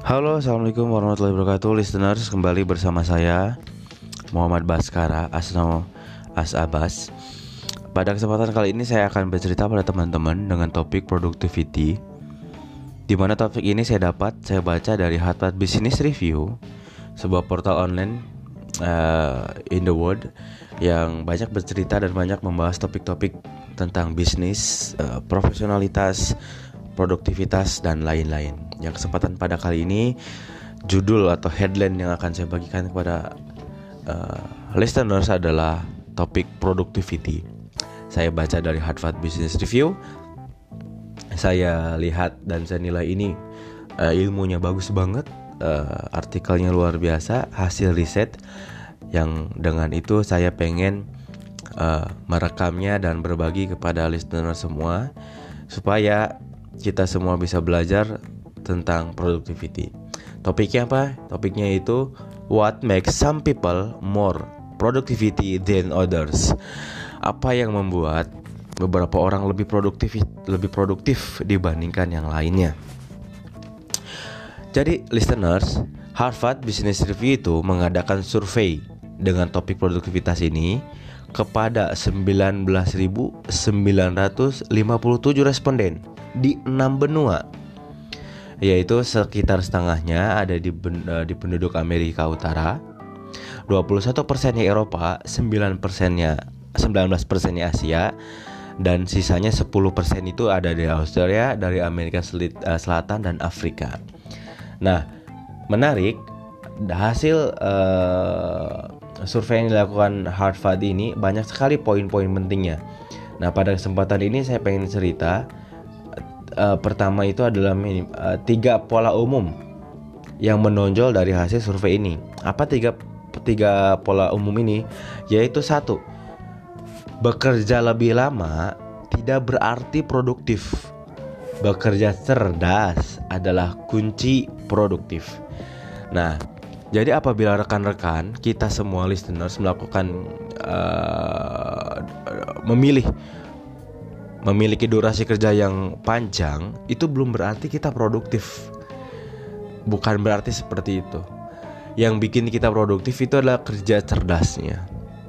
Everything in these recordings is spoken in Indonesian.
Halo, assalamualaikum warahmatullahi wabarakatuh, listeners. Kembali bersama saya Muhammad Baskara As Abbas. Pada kesempatan kali ini saya akan bercerita pada teman-teman dengan topik productivity, di mana topik ini saya baca dari Harvard Business Review, sebuah portal online in the world yang banyak bercerita dan banyak membahas topik-topik tentang bisnis, profesionalitas, produktivitas, dan lain-lain. Yang kesempatan pada kali ini, judul atau headline yang akan saya bagikan kepada listeners adalah topik productivity. Saya baca dari Harvard Business Review. Saya lihat dan saya nilai ini ilmunya bagus banget, artikelnya luar biasa, hasil riset yang dengan itu saya pengen merekamnya dan berbagi kepada listener semua supaya kita semua bisa belajar tentang productivity. Topiknya apa? Topiknya itu what makes some people more productivity than others. Apa yang membuat beberapa orang lebih produktif dibandingkan yang lainnya. Jadi listeners, Harvard Business Review itu mengadakan survei dengan topik produktivitas ini kepada 19.957 responden di 6 benua, yaitu sekitar setengahnya ada di penduduk Amerika Utara, 21%-nya Eropa, 19%-nya Asia, dan sisanya 10% itu ada di Australia, dari Amerika Selatan dan Afrika. Nah, menarik, hasil survei yang dilakukan Harvard ini banyak sekali poin-poin pentingnya. Nah, pada kesempatan ini saya pengen cerita. Pertama itu adalah 3 pola umum yang menonjol dari hasil survei ini. Apa tiga pola umum ini? Yaitu 1, bekerja lebih lama tidak berarti produktif. Bekerja cerdas adalah kunci produktif. Nah, jadi apabila rekan-rekan kita semua listeners melakukan memiliki durasi kerja yang panjang, itu belum berarti kita produktif. Bukan berarti seperti itu. Yang bikin kita produktif itu adalah kerja cerdasnya.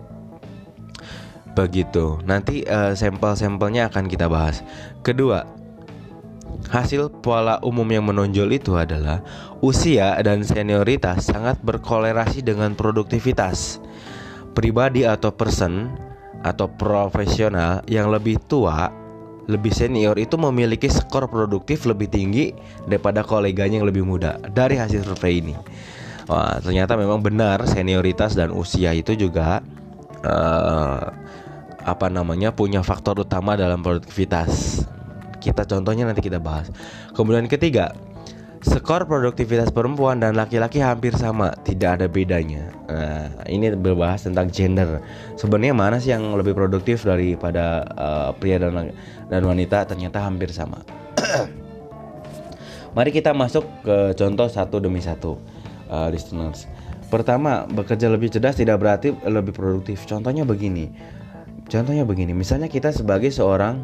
Begitu. Nanti sampel-sampelnya akan kita bahas. Kedua, hasil pola umum yang menonjol itu adalah usia dan senioritas sangat berkolerasi dengan produktivitas. Pribadi atau person atau profesional yang lebih tua, lebih senior itu memiliki skor produktif lebih tinggi daripada koleganya yang lebih muda dari hasil survei ini. Wah, ternyata memang benar senioritas dan usia itu juga punya faktor utama dalam produktivitas. Contohnya nanti kita bahas. Kemudian ketiga, skor produktivitas perempuan dan laki-laki hampir sama, tidak ada bedanya. Nah, ini berbahas tentang gender. Sebenarnya mana sih yang lebih produktif daripada pria dan wanita? Ternyata hampir sama. Mari kita masuk ke contoh satu demi satu, listeners. Pertama, bekerja lebih cerdas tidak berarti lebih produktif. Contohnya begini. Misalnya kita sebagai seorang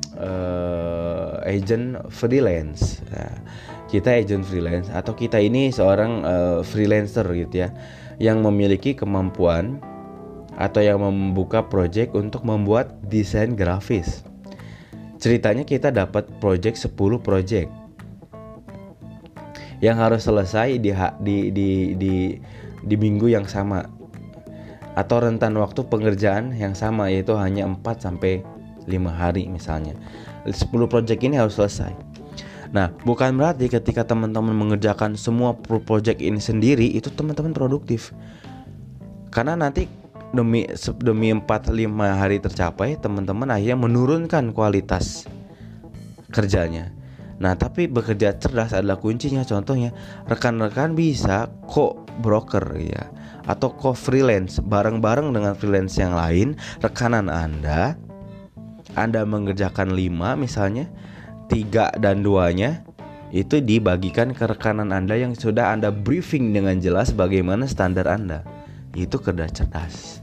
agent freelance. Nah, kita agent freelance atau kita ini seorang freelancer gitu ya, yang memiliki kemampuan atau yang membuka project untuk membuat desain grafis. Ceritanya kita dapat project 10 project yang harus selesai di minggu yang sama atau rentan waktu pengerjaan yang sama, yaitu hanya 4-5 hari misalnya. 10 project ini harus selesai. Nah, bukan berarti ketika teman-teman mengerjakan semua project ini sendiri itu teman-teman produktif. Karena nanti demi 4-5 hari tercapai, teman-teman akhirnya menurunkan kualitas kerjanya. Nah, tapi bekerja cerdas adalah kuncinya. Contohnya, rekan-rekan bisa co-broker ya, atau co-freelance bareng-bareng dengan freelance yang lain. Rekanan Anda mengerjakan 5 misalnya, 3 dan 2-nya itu dibagikan ke rekanan Anda yang sudah Anda briefing dengan jelas bagaimana standar Anda. Itu kerja cerdas.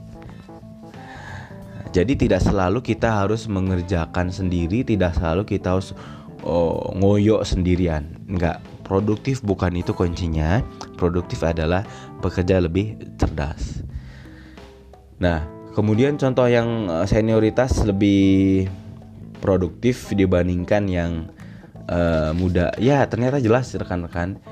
Jadi tidak selalu kita harus mengerjakan sendiri, tidak selalu kita harus ngoyo sendirian. Enggak, Produktif bukan itu kuncinya. Produktif adalah bekerja lebih cerdas. Nah, kemudian contoh yang senioritas lebih produktif dibandingkan yang muda. Ya, ternyata jelas rekan-rekan.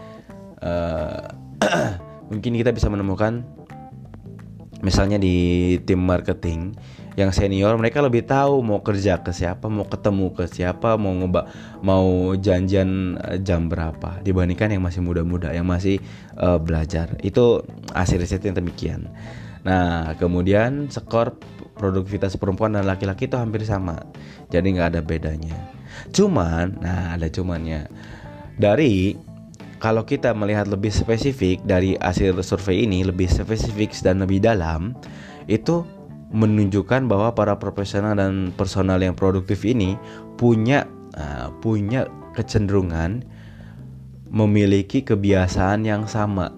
Mungkin kita bisa menemukan misalnya di tim marketing yang senior, mereka lebih tahu mau kerja ke siapa, mau ketemu ke siapa, mau janjian jam berapa dibandingkan yang masih muda-muda, yang masih belajar. Itu hasil riset yang demikian. Nah, kemudian skor produktivitas perempuan dan laki-laki itu hampir sama, jadi nggak ada bedanya. Cuman, ada cumannya. Kalau kita melihat lebih spesifik dari hasil survei ini, lebih spesifik dan lebih dalam, itu menunjukkan bahwa para profesional dan personal yang produktif ini punya kecenderungan memiliki kebiasaan yang sama.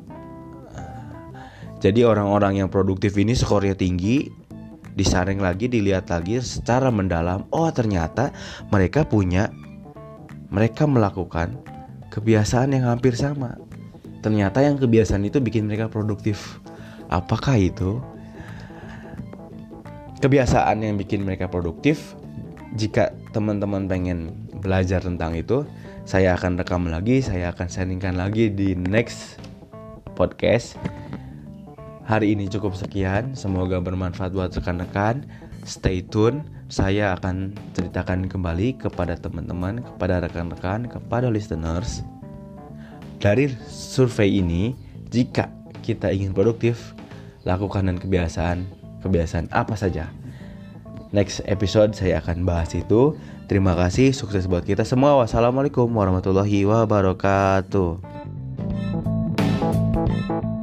Jadi orang-orang yang produktif ini skornya tinggi, disaring lagi, dilihat lagi secara mendalam, oh ternyata mereka melakukan kebiasaan yang hampir sama. Ternyata yang kebiasaan itu bikin mereka produktif. Apakah itu? Kebiasaan yang bikin mereka produktif. Jika teman-teman pengen belajar tentang itu, saya akan rekam lagi, saya akan sharingkan lagi di next podcast. Hari ini cukup sekian, semoga bermanfaat buat rekan-rekan. Stay tune, saya akan ceritakan kembali kepada teman-teman, kepada rekan-rekan, kepada listeners. Dari survei ini, jika kita ingin produktif, lakukan dan kebiasaan apa saja. Next episode saya akan bahas itu. Terima kasih, sukses buat kita semua. Wassalamualaikum warahmatullahi wabarakatuh.